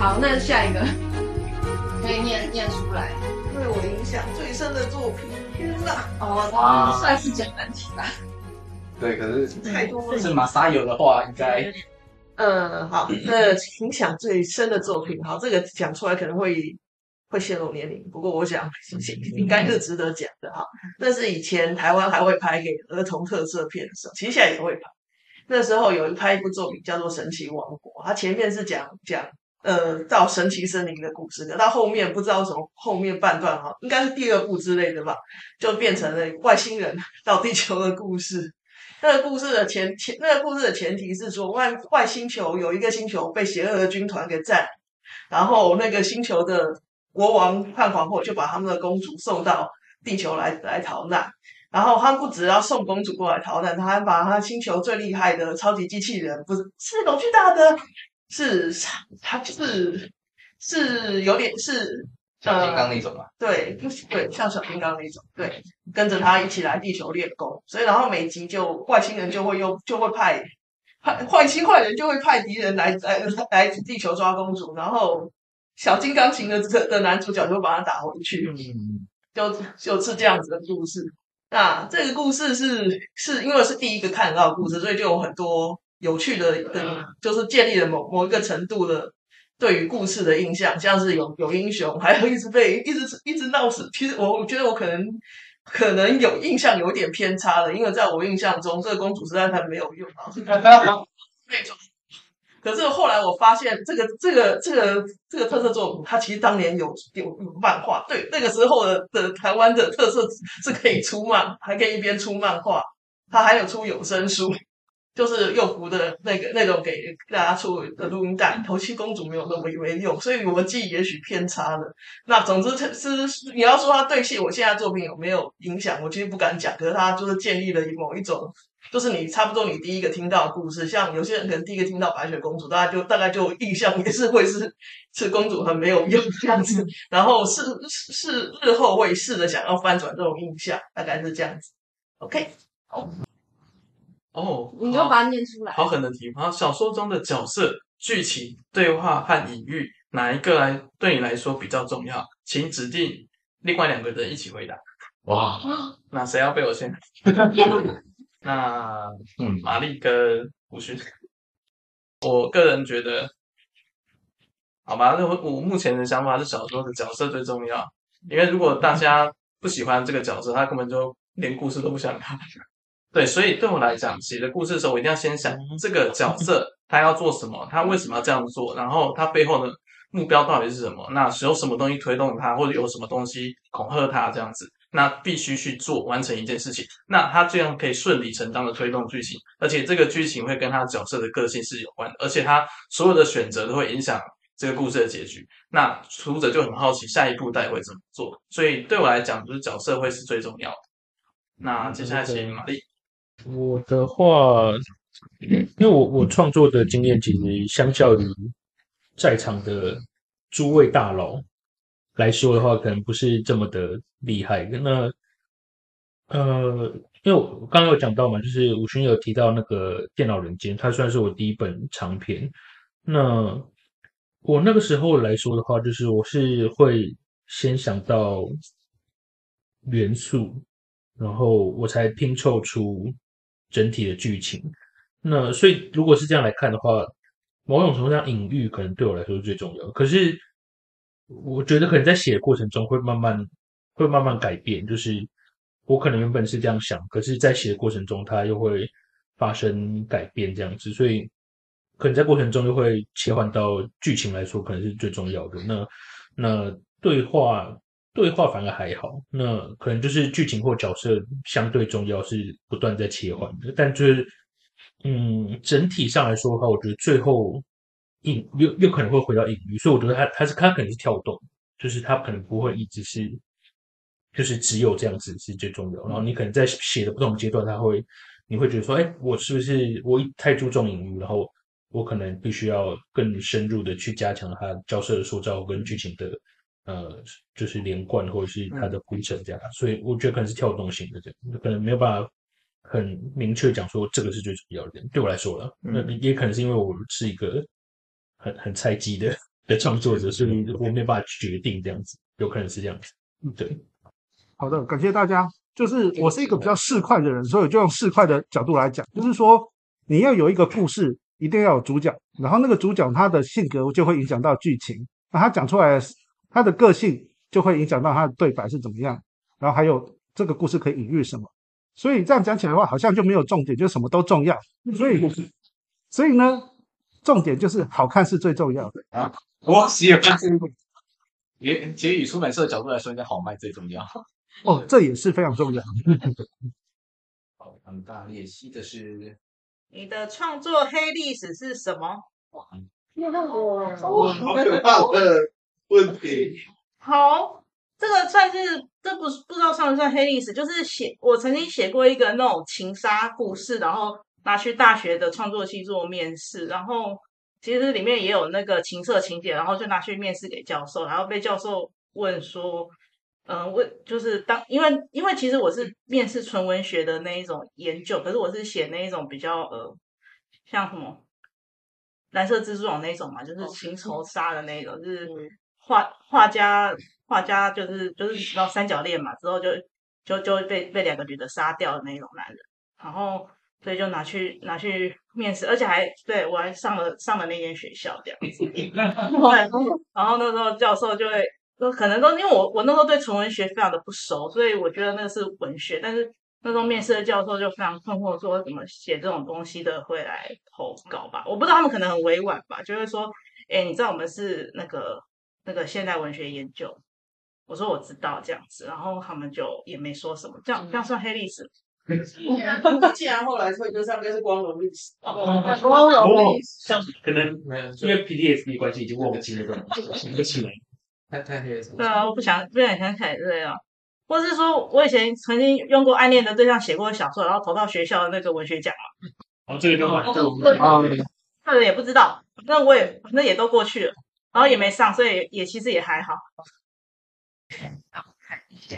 好，那下一个可以念出来。 对我影响最深的作品，天哪！ 哦，算是简单题吧。 对，可是太多了。 是马沙友的话，应该好，那影响最深的作品，好，这个讲出来可能会泄露年龄，不过我想应该是值得讲的哈。那是以前台湾还会拍给儿童特色片的时候，其实现在也会拍。那时候拍一部作品叫做《神奇王国》，它前面是讲到神奇森林的故事的，到后面不知道什么后面半段哈，应该是第2部之类的吧，就变成了外星人到地球的故事。那个故事的前提是说，外星球有一个星球被邪恶的军团给占，然后那个星球的国王和皇后就把他们的公主送到地球来逃难。然后他们不只要送公主过来逃难，他还把他星球最厉害的超级机器人，不是龙巨大的，他是有点是小金刚那种嘛。 对，对，像小金刚那种，对，跟着他一起来地球练功，所以然后每集外星人就会派坏人就会派敌人来地球抓公主，然后小金刚型的男主角就把他打回去，就是这样子的故事。那这个故事是因为是第一个看到的故事，所以就有很多有趣的，就是建立了某一个程度的对于故事的印象，像是有英雄，还有一直闹死。其实我觉得我可能有印象有点偏差的，因为在我印象中，这个公主实在太没有用了。那种。可是后来我发现，这个特色作品，它其实当年有漫画。对，那个时候的台湾的特色是可以出还可以一边出漫画，它还有出有声书，就是幼福的那种给大家出的录音带。头七公主没有那么没用，所以我们记忆也许偏差了。那总之是你要说它对我现在作品有没有影响，我其实不敢讲。可是它就是建立了某一种。就是你差不多你第一个听到的故事，像有些人可能第一个听到白雪公主，大概就印象也是会是公主很没有用这样子，然后是日后会试着想要翻转这种印象，大概是这样子。OK， 好， 你就把它念出来。 好狠的题目！小说中的角色、剧情、对话和隐喻，哪一个对你来说比较重要？请指定另外2个人一起回答。 哇， 那谁要被我先？那玛丽跟吴勋，我个人觉得，好吧，我目前的想法是小说的角色最重要，因为如果大家不喜欢这个角色，他根本就连故事都不想看。对，所以对我来讲，写的故事的时候，我一定要先想这个角色他要做什么，他为什么要这样做，然后他背后的目标到底是什么？那有什么东西推动他，或者有什么东西恐吓他这样子？那必须去完成一件事情，那他这样可以顺理成章的推动剧情，而且这个剧情会跟他角色的个性是有关的，而且他所有的选择都会影响这个故事的结局。那读者就很好奇下一步到底会怎么做，所以对我来讲，就是角色会是最重要的。那接下来请玛丽。 我的话，因为我创作的经验其实相较于在场的诸位大佬来说的话，可能不是这么的厉害。那因为我刚刚有讲到嘛，就是武勋有提到那个《电脑人间》，它算是我第一本长篇。那我那个时候来说的话，就是我是会先想到元素，然后我才拼凑出整体的剧情。那所以如果是这样来看的话，某种程度上隐喻可能对我来说是最重要的。可是我觉得可能在写的过程中会慢慢改变，就是我可能原本是这样想，可是在写的过程中它又会发生改变这样子，所以可能在过程中又会切换到剧情来说可能是最重要的。那对话反而还好，那可能就是剧情或角色相对重要，是不断在切换的。但就是整体上来说的话，我觉得最后又可能会回到隐喻，所以我觉得它可能是跳动，就是它可能不会一直是就是只有这样子是最重要。然后你可能在写的不同阶段，你会觉得说，哎，我是不是我太注重隐喻，然后我可能必须要更深入的去加强它角色的塑造跟剧情的就是连贯或者是它的铺陈这样。所以我觉得可能是跳动型的这样，可能没有办法很明确讲说这个是最重要的，对我来说了。那也可能是因为我是一个很菜鸡的的创作者，所以我没办法决定这样子，有可能是这样子。对， 好的，感谢大家。就是我是一个比较市侩的人，所以我就用市侩的角度来讲，就是说你要有一个故事，一定要有主角，然后那个主角他的性格就会影响到剧情，那他讲出来他的个性就会影响到他的对白是怎么样，然后还有这个故事可以隐喻什么。所以这样讲起来的话，好像就没有重点，就什么都重要。所以呢，重点就是好看是最重要的啊。我喜欢这个。其实以出版社的角度来说，应该好卖最重要。 哦，这也是非常重要。 好，很大裂析的是你的创作黑历史是什么？ 哇，好可怕的问题。 好，这个算是不知道算不算黑历史，就是我曾经写过一个那种情杀故事，然后拿去大学的创作系做面试，然后其实里面也有那个情色情节，然后就拿去面试给教授，然后被教授问说。就是因为其实我是面试纯文学的那一种研究，可是我是写那一种比较像什么蓝色蜘蛛网那种嘛，就是情仇杀的那一种，就是画家就是然后三角恋嘛，之后就被两个女的杀掉的那种男人，然后所以就拿去面试，而且对我还上了那间学校这样子，然后那时候教授就会。可能都因为我那时候对纯文学非常的不熟，所以我觉得那个是文学。但是那时候面试的教授就非常困惑，说怎么写这种东西的会来投稿吧？我不知道他们可能很委婉吧，就会说，你知道我们是那个现代文学研究。我说我知道这样子，然后他们就也没说什么，这样算黑历史。 既然后来会就上面是光荣历史， 光荣历史， 像可能因为 PTSD 关系已经忘记了，想不起来。 太黑了。 对啊，我不想想起来对啊，或是说我以前曾经用过暗恋的对象写过小说，然后投到学校的那个文学奖嘛。 哦，这个就换他人也不知道，那也都过去了，然后也没上，所以其实也还好。 好，看一下，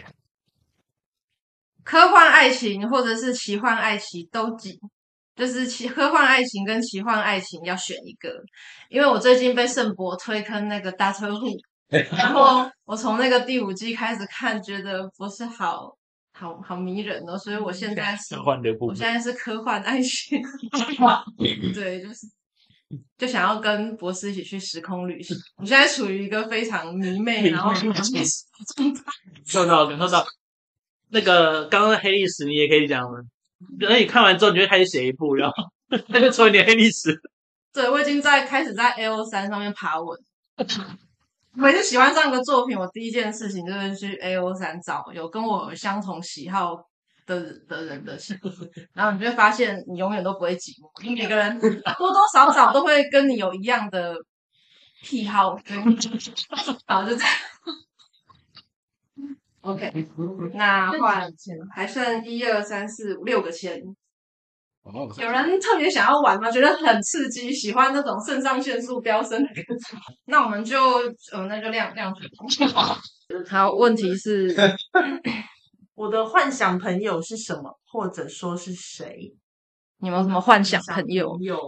科幻爱情或者是奇幻爱情都挤，就是科幻爱情跟奇幻爱情要选一个，因为我最近被圣博推坑那个 Doctor Who。然后我从那个第5季开始看，觉得不是好迷人哦，所以我现在是科幻爱情，对，就想要跟博士一起去时空旅行。我现在处于一个非常迷妹，然后收到。那个刚刚的黑历史你也可以讲了，等你看完之后，你就开始写一部，然后那就成为你的黑历史。 对，我已经开始在 AO3 上面爬文。每次喜欢上个作品，我第一件事情就是去 AO3 找有跟我有相同喜好的人的信，然后你就会发现你永远都不会寂寞，因为每个人多多少少都会跟你有一样的癖好，然后就这样。OK， 那换还剩1、2、3、4、5、6个签。有人特别想要玩吗？觉得很刺激，喜欢那种肾上腺素飙升的感觉。那我们就亮出。好，问题是， 我的幻想朋友是什么，或者说是谁？ 你们有什么幻想朋友？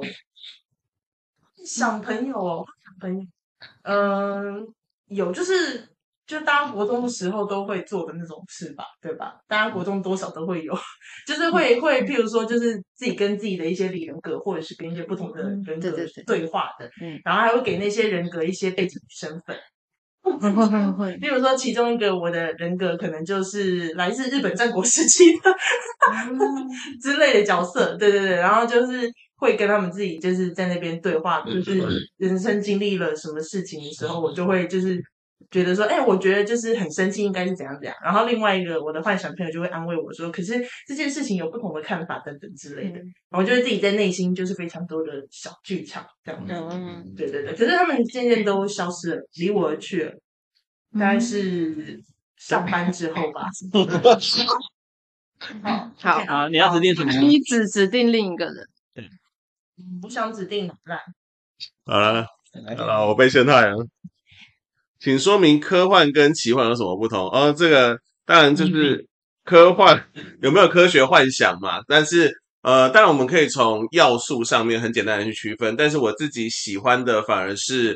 想朋友哦，朋友，有就大家国中的时候都会做的那种事吧，对吧？大家国中多少都会有，就是会，譬如说，就是自己跟自己的一些人格，或者是跟一些不同的人格对话的，然后还会给那些人格一些背景身份。会，例如说，其中一个我的人格可能就是来自日本战国时期的之类的角色，对，然后就是会跟他们自己就是在那边对话，就是人生经历了什么事情的时候，我就会就是觉得说，我觉得就是很生气，应该是怎样怎样。然后另外一个我的幻想朋友就会安慰我说，可是这件事情有不同的看法等等之类的。然后就会自己在内心就是非常多的小剧场这样子。对。可是他们渐渐都消失了，离我而去了。大概是上班之后吧。 好， 你要指定什么？ 你指定另一个人。 对， 不想指定哪来。 好了，我被陷害了。请说明科幻跟奇幻有什么不同？这个当然就是科幻有没有科学幻想嘛？但是当然我们可以从要素上面很简单的去区分。但是我自己喜欢的反而是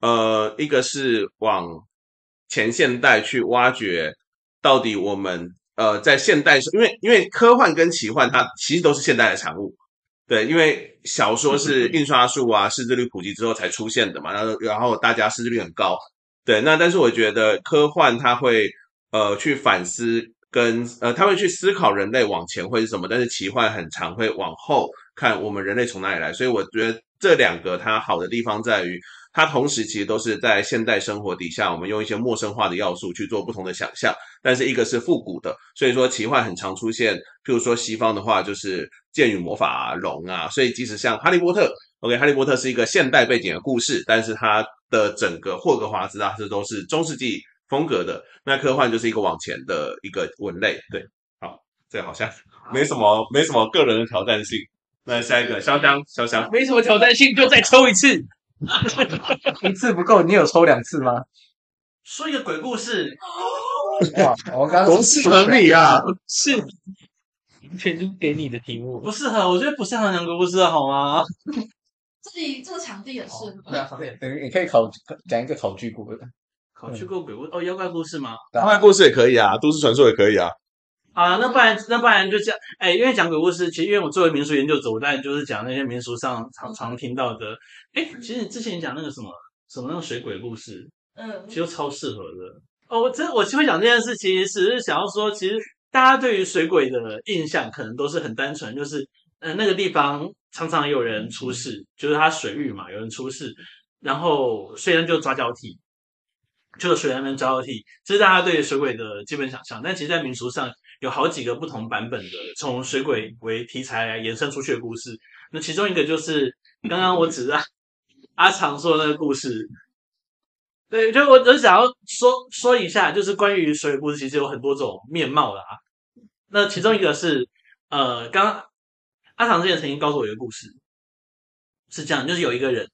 一个是往前现代去挖掘，到底我们在现代，因为科幻跟奇幻它其实都是现代的产物。对，因为小说是印刷术啊、识字率普及之后才出现的嘛，然后大家识字率很高。对，那但是我觉得科幻它会去反思跟它会去思考人类往前会是什么，但是奇幻很常会往后看我们人类从哪里来，所以我觉得这两个它好的地方在于，它同时其实都是在现代生活底下，我们用一些陌生化的要素去做不同的想象，但是一个是复古的，所以说奇幻很常出现，譬如说西方的话就是剑与魔法啊、龙啊，所以即使像哈利波特。OK，哈利波特是一个现代背景的故事，但是它的整个霍格华兹啊，这都是中世纪风格的。那科幻就是一个往前的一个文类，对。好，这好像没什么个人的挑战性。那下一个潇湘， 没什么挑战性，就再抽一次。 一次不够，你有抽2次吗？ 说一个鬼故事， 哇，我刚刚多适合你啊！ 是全是给你的题目， 不适合？我觉得不适合讲鬼故事好吗？ 这个场地也适合。 对啊，你可以讲一个考据故事， 考据过鬼故哦，妖怪故事吗？ 妖怪故事也可以啊，都市传说也可以啊。 啊，那不然就讲，因为讲鬼故事，其实因为我作为民俗研究者，我当然就是讲那些民俗上常听到的。其实之前讲那个什么那个水鬼故事，其实都超适合的。我就会讲这件事，其实只是想要说，其实大家对于水鬼的印象可能都是很单纯，就是那个地方常常有人出事，就是它水域嘛，有人出事，然后虽然就抓交替。就是水在那边抓交替，这是大家对水鬼的基本想象。但其实，在民俗上有好几个不同版本的，从水鬼为题材来延伸出去的故事。那其中一个就是刚刚我指着阿长说的那个故事。对，就我只想要说一下，就是关于水鬼故事，其实有很多种面貌的啊。那其中一个是刚刚阿长之前曾经告诉我一个故事，是这样，就是有一个人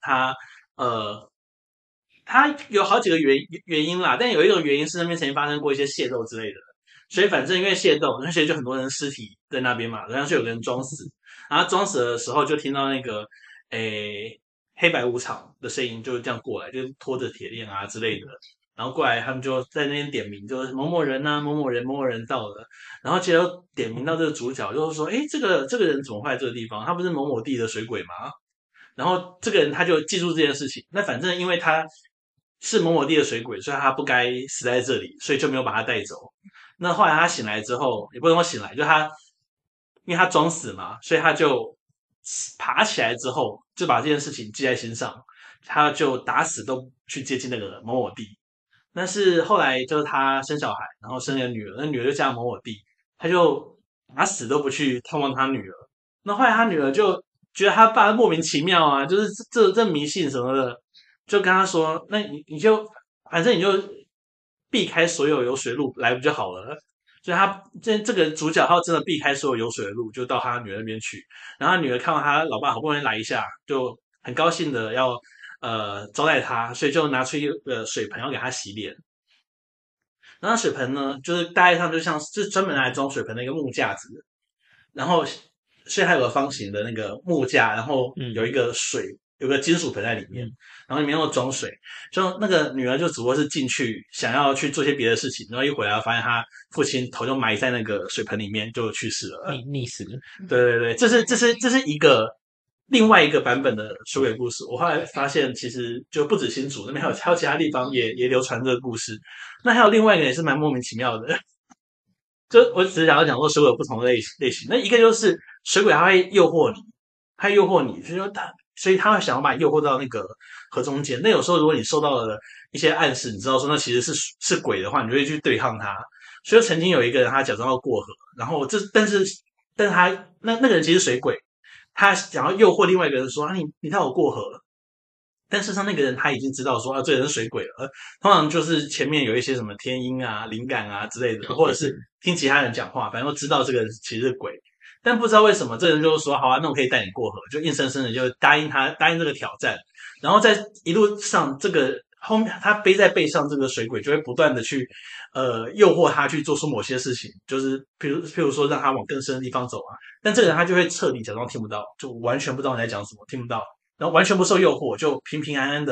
他有好几个原因啦，但有一个原因是那边曾经发生过一些械斗之类的，所以反正因为械斗，那所以就很多人尸体在那边嘛，然后就有个人装死，然后装死的时候就听到那个黑白无常的声音就这样过来，就拖着铁链啊之类的，然后过来他们就在那边点名，就是某某人啊，某某人到了，然后接着点名到这个主角，就是说，这个人怎么会在这个地方？他不是某某地的水鬼吗？然后这个人他就记住这件事情，那反正因为他是某某地的水鬼，所以他不该死在这里，所以就没有把他带走。那后来他醒来之后，也不能说醒来，就他因为他装死嘛，所以他就爬起来之后，就把这件事情记在心上，他就打死都不去接近那个某某地。但是后来就是他生小孩，然后生了女儿，那女儿就嫁某某地，他就打死都不去探望他女儿。那后来他女儿就觉得他爸莫名其妙啊，就是这迷信什么的。就跟他说，那你就反正你就避开所有有水路来不就好了？所以他这个主角他真的避开所有有水的路，就到他女儿那边去。然后他女儿看到他老爸好不容易来一下，就很高兴的要招待他，所以就拿出一个水盆要给他洗脸。然后水盆呢，就是大概上就像是专门来装水盆的一个木架子，然后所以它有个方形的那个木架，然后有一个水。有个金属盆在里面，然后里面又装水，就那个女儿就只不过是进去想要去做些别的事情，然后一回来发现她父亲头就埋在那个水盆里面，就去世了， 溺死了。 对，这是一个另外一个版本的水鬼故事。我后来发现，其实就不止新竹那边还有其他地方也流传这个故事。那还有另外一个也是蛮莫名其妙的，就我只是想要讲说水鬼有不同的类型。那一个就是水鬼，它会诱惑你，就是说所以他会想要把你诱惑到那个河中间。那有时候如果你受到了一些暗示，你知道说那其实是鬼的话，你就会去对抗他。所以曾经有一个人他假装要过河，然后但是他那个人其实是水鬼，他想要诱惑另外一个人说你带我过河。但事实上那个人他已经知道说这个人是水鬼了，通常就是前面有一些什么天音啊、灵感啊之类的，或者是听其他人讲话，反正都知道这个人其实是鬼。但不知道为什么，这人就说好啊，那我可以带你过河，就硬生生的就答应这个挑战。然后在一路上，这个后面他背在背上这个水鬼就会不断的去诱惑他去做出某些事情，就是譬如说让他往更深的地方走啊。但这个人他就会彻底假装听不到，就完全不知道你在讲什么，听不到，然后完全不受诱惑，就平平安安的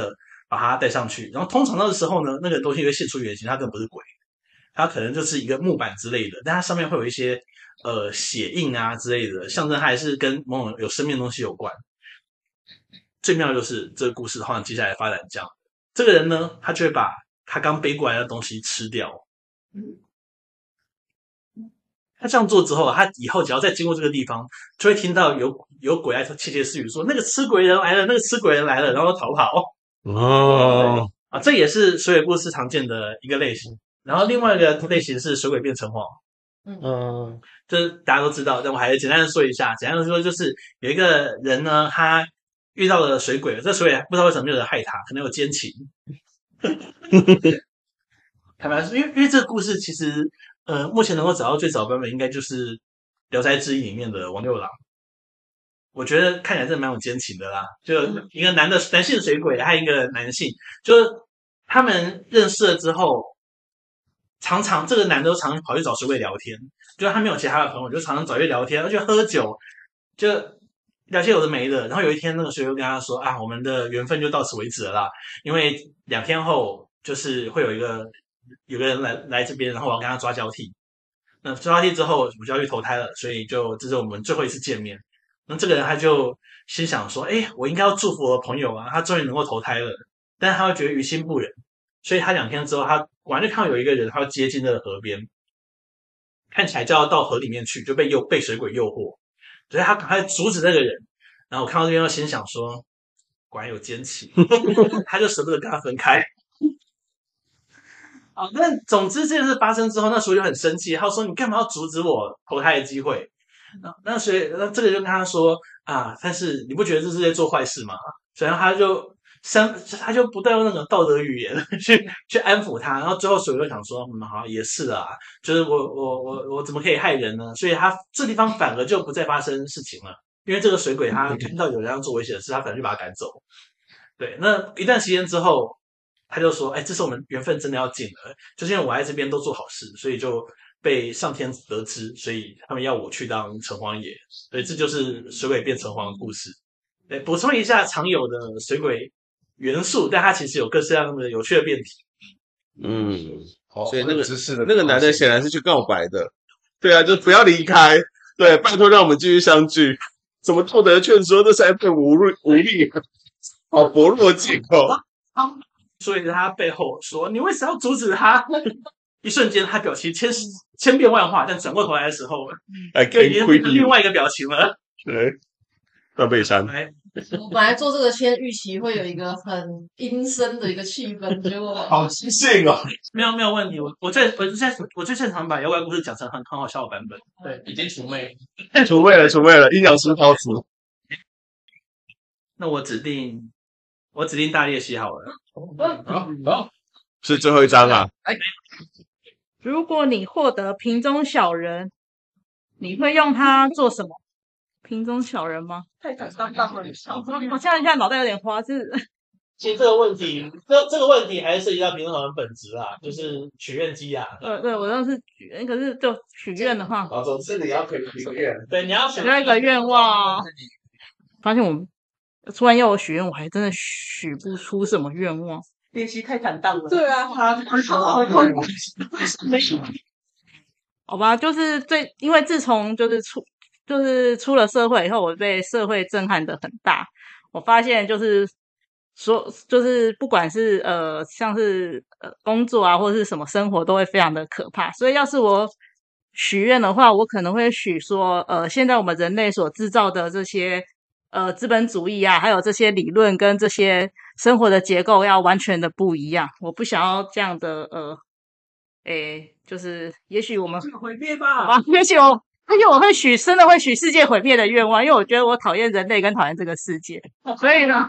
把它带上去，然后通常那个时候呢，那个东西会现出原形，它根本不是鬼，它可能就是一个木板之类的，但它上面会有一些血印啊之类的，象征它还是跟某种有生命的东西有关。最妙的就是这个故事好像接下来发展这样，这个人呢，他就会把他刚背过来的东西吃掉。他这样做之后，他以后只要再经过这个地方，就会听到有鬼在窃窃私语说那个吃鬼人来了，那个吃鬼人来了，然后逃跑。 哦， 啊，这也是水鬼故事常见的一个类型。然后另外一个类型是水鬼变城隍，这大家都知道，但我还是简单的说一下。简单的说就是有一个人呢，他遇到了水鬼，这水鬼不知道为什么就害他，可能有奸情。坦白说，因为这个故事其实目前能够找到最早的版本，应该就是《聊斋志异》里面的王六郎。我觉得看起来真的蛮有奸情的啦，就一个男性水鬼，还有一个男性，就是他们认识了之后，常常这个男的都常常跑去找水鬼聊天，就他没有其他的朋友，就常常找去聊天，而且喝酒，就聊些有的没的。然后有一天，那个水鬼跟他说啊，我们的缘分就到此为止了啦，因为2天后就是会有个人来这边，然后我要跟他抓交替。那抓交替之后，我就要去投胎了，所以这是我们最后一次见面。那这个人他就心想说：“哎，我应该要祝福我的朋友啊，他终于能够投胎了。”但是他会觉得于心不忍，所以他2天之后，他果然就看到有一个人，他要接近那个河边，看起来就要到河里面去，就被水鬼诱惑，所以他赶快阻止那个人。然后我看到这边，又心想说：“果然有奸情。”他就舍不得跟他分开。好，那总之这件事发生之后，那水鬼就很生气，他说：“你干嘛要阻止我投胎的机会？”那所以这个就跟他说啊，但是你不觉得这是在做坏事吗？所以他就不断用那种道德语言去安抚他，然后最后水鬼想说，好也是啊，就是我怎么可以害人呢？所以他这地方反而就不再发生事情了，因为这个水鬼他看到有人要做危险的事，他反而就把他赶走。对，那一段时间之后，他就说，哎，这是我们缘分真的要尽了，就是因为我在这边都做好事，所以就被上天得知，所以他们要我去当城隍爷，所以这就是水鬼变城隍的故事。对，补充一下常有的水鬼元素，但它其实有各式各样的有趣的变体。 所以那个男的显然是去告白的，对啊，就不要离开，对，拜托让我们继续相聚。怎么道德劝说，这才被无力，好薄弱借口。 所以他背后说：“你为什么要阻止他？”一瞬间，他表情千变万化，但转过头来的时候，就已经是另外一个表情了。 对，断背山。 我本来做这个先预期会有一个很阴森的一个气氛，结果好即兴哦。 没有问题，我最擅长把妖怪故事讲成很好笑的版本。对， 已经除魅了，阴阳师超出。 那我指定大列西好了。 好，是最后一张啊。 如果你获得瓶中小人，你会用它做什么？瓶中小人吗？ 太坦荡荡了， 我现在脑袋有点花，是。 其实这个问题还是涉及到瓶中小人本质啦，就是许愿机啊。 对，我当时许愿，可是就许愿的话， 总之你要可以许愿。 对，你要许一个愿望。发现我突然要我许愿，我还真的许不出什么愿望。 练习太坦荡了。 对啊，好吧，就是因为自从就是出了社会以后，我被社会震撼的很大。我发现就是不管是像是工作啊或者是什么生活都会非常的可怕。所以要是我许愿的话，我可能会许说现在我们人类所制造的这些资本主义啊，还有这些理论跟这些生活的结构要完全的不一样。我不想要这样的就是也许我们毁灭吧， 好吧，也许我会真的会许世界毁灭的愿望，因为我觉得我讨厌人类跟讨厌这个世界，所以呢，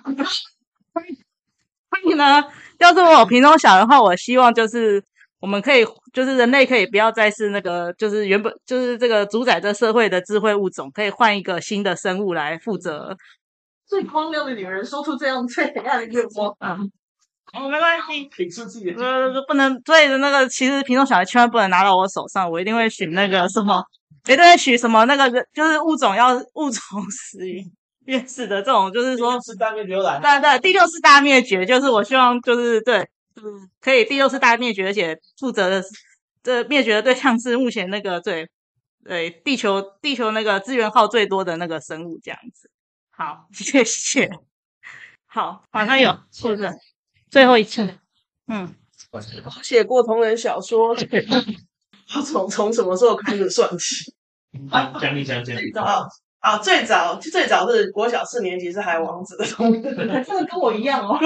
要是我有瓶中小人的话，我希望就是我们可以，就是人类可以不要再是那个，就是原本就是这个主宰这社会的智慧物种，可以换一个新的生物来负责。 最荒谬的女人说出这样最黑暗的愿望。 没关系， 挺出自己的不能，所以那个其实瓶中小人千万不能拿到我手上，我一定会许那个什么，一定会许什么那个就是物种死于面试的这种，就是说是大灭绝来， 对，第六次大灭绝，就是我希望就是对，就是可以第六次大灭绝，而且负责的这灭绝的对象是目前那个对地球那个资源耗最多的那个生物这样子。好，谢谢。好，马上有是不是？最后一次， 我写过同人小说，从什么时候开始算起？ 讲。 最早是国小4年级是海王子的同人，真的跟我一样哦。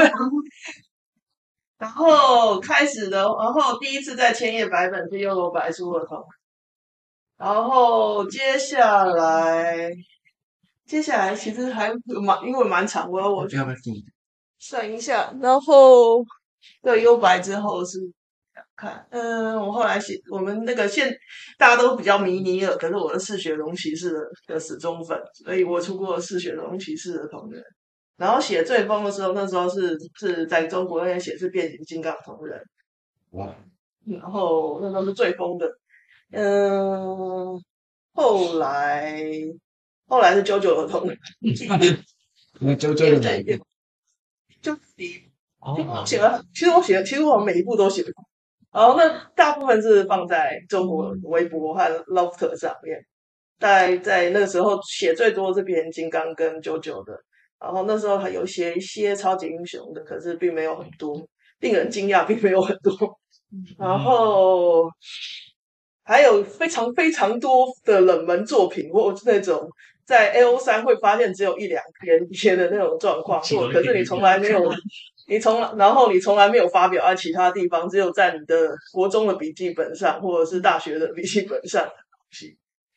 然后第一次在千叶百本是幽罗白书的同人，然后接下来其实还因为蛮长，我算一下，然后对幽白之后是看，我后来我们那个大家都比较迷尼尔，可是我是嗜血龙骑士的死忠粉，所以我出过嗜血龙骑士的同人。然后写最疯的时候，那时候是在中国那边写是变形金刚同人，哇！然后那时候是最疯的，后来是JoJo的同人，JoJo 就其实我每一部都写过，然后那大部分是放在中国微博和 Loft 上面，在那个时候写最多是变形金刚跟JoJo的，然后那时候还有写一些超级英雄的，可是并没有很多，令人惊讶，并没有很多。然后还有非常非常多的冷门作品，或那种在 AO3会发现只有1-2篇的那种状况，可是你从来没有，你从来没有发表在其他地方，只有在你的国中的笔记本上，或者是大学的笔记本上的东西。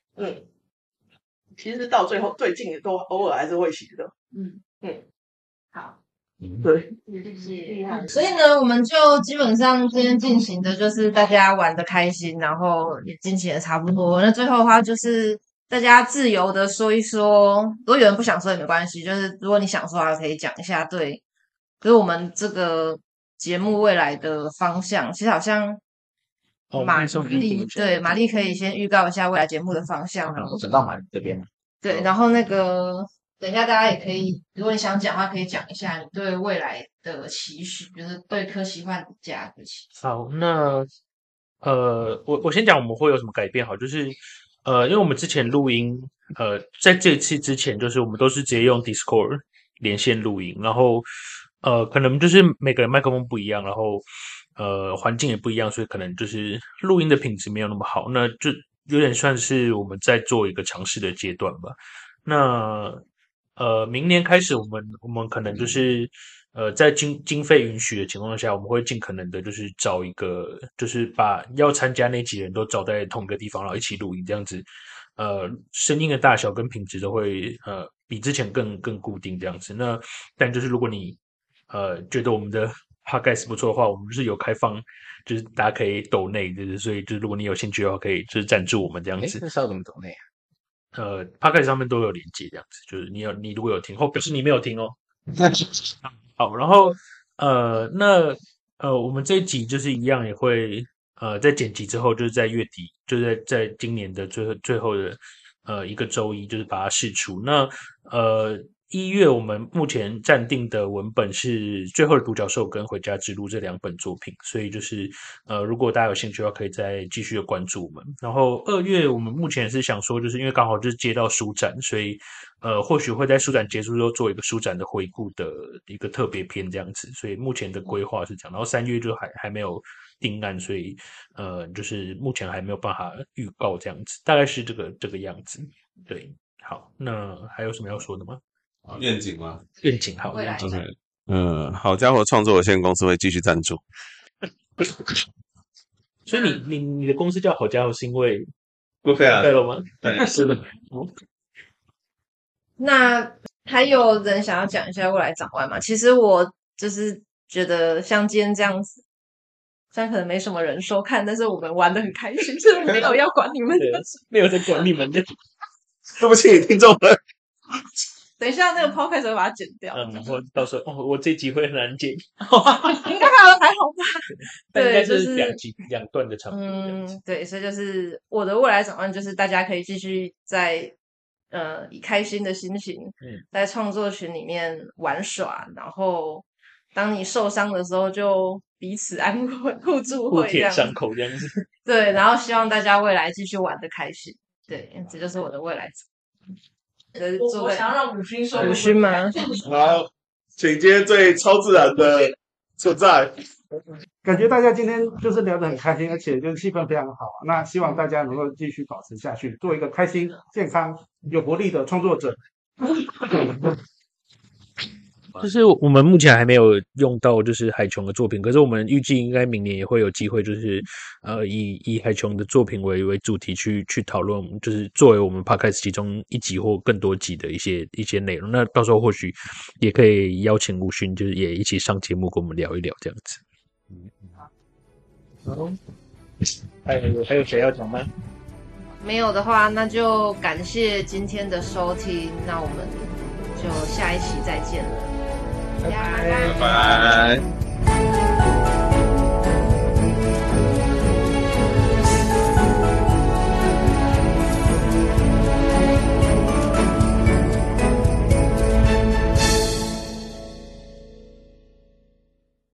其实到最近也都偶尔还是会写的。 好。 对， 厉害。所以呢，我们就基本上今天进行的就是大家玩的开心，然后也进行的差不多。那最后的话就是大家自由的说一说，如果有人不想说也没关系，就是如果你想说的话可以讲一下。对，就是我们这个节目未来的方向，其实好像玛丽可以先预告一下未来节目的方向。 我转到玛丽这边。 对，然后那个。等一下，大家也可以，如果你想讲的话，可以讲一下你对未来的期许，就是对科奇幻家的期许。 好，那我先讲我们会有什么改变好，就是因为我们之前录音，在这次之前，就是我们都是直接用 Discord 连线录音，然后可能就是每个人麦克风不一样，然后环境也不一样，所以可能就是录音的品质没有那么好，那就有点算是我们在做一个尝试的阶段吧。那明年开始，我们可能就是在经费允许的情况下，我们会尽可能的，就是找一个，就是把要参加那几人都找在同一个地方，然后一起录音，这样子，声音的大小跟品质都会比之前更固定这样子。那但就是如果你觉得我们的 podcast 不错的话，我们就是有开放，就是大家可以抖内，就是所以就是如果你有兴趣的话，可以就是赞助我们这样子。 那是要怎么抖内啊 podcast 上面都有连接，这样子，就是你如果有听，或表示你没有听哦。好，然后我们这一集就是一样，也会在剪辑之后，就是在月底，就是在今年的最后的一个周一，就是把它释出。那1月我们目前暂定的文本是《最后的独角兽》跟《回家之路》这2本作品，所以就是如果大家有兴趣的话，可以再继续的关注我们。然后2月我们目前是想说，就是因为刚好就是接到书展，所以或许会在书展结束之后做一个书展的回顾的一个特别篇这样子，所以目前的规划是这样。然后3月就还没有定案，所以就是目前还没有办法预告这样子，大概是这个样子。对，好，那还有什么要说的吗？ 愿景吗？ 愿景好， 未来 OK，好家伙创作有限公司会继续赞助。 所以你的公司叫好家伙是因为不费啊？ 对了吗？ 对， 是的。 那还有人想要讲一下未来展望吗？其实我就是觉得像今天这样子，虽然可能没什么人收看，但是我们玩得很开心，就是没有要管你们的， 没有在管你们的。 对不起，听众们。 等一下那个 podcast 会把它剪掉。 我到时候我这集会很难剪， 应该还好吧？对，就是 2段的长度。 对，所以就是我的未来展望，就是大家可以继续在以开心的心情在创作群里面玩耍，然后当你受伤的时候就彼此安慰、互助互会这样子。 舔伤口这样子。 对，然后希望大家未来继续玩的开心。对，这就是我的未来。 我想要让武勋说武勋吗？ 好，请今天最超自然的存在。 感觉大家今天就是聊得很开心，而且就是气氛非常好。那希望大家能够继续保持下去，做一个开心、健康、有活力的创作者。 就是我们目前还没有用到就是海琼的作品，可是我们预计应该明年也会有机会，就是以海琼的作品为主题去讨论，就是作为我们 podcast 其中一集或更多集的一些内容。那到时候或许也可以邀请吴勋，就是也一起上节目跟我们聊一聊这样子。 还有谁要讲吗？ 没有的话，那就感谢今天的收听，那我们就下一期再见了， 拜拜。 拜拜。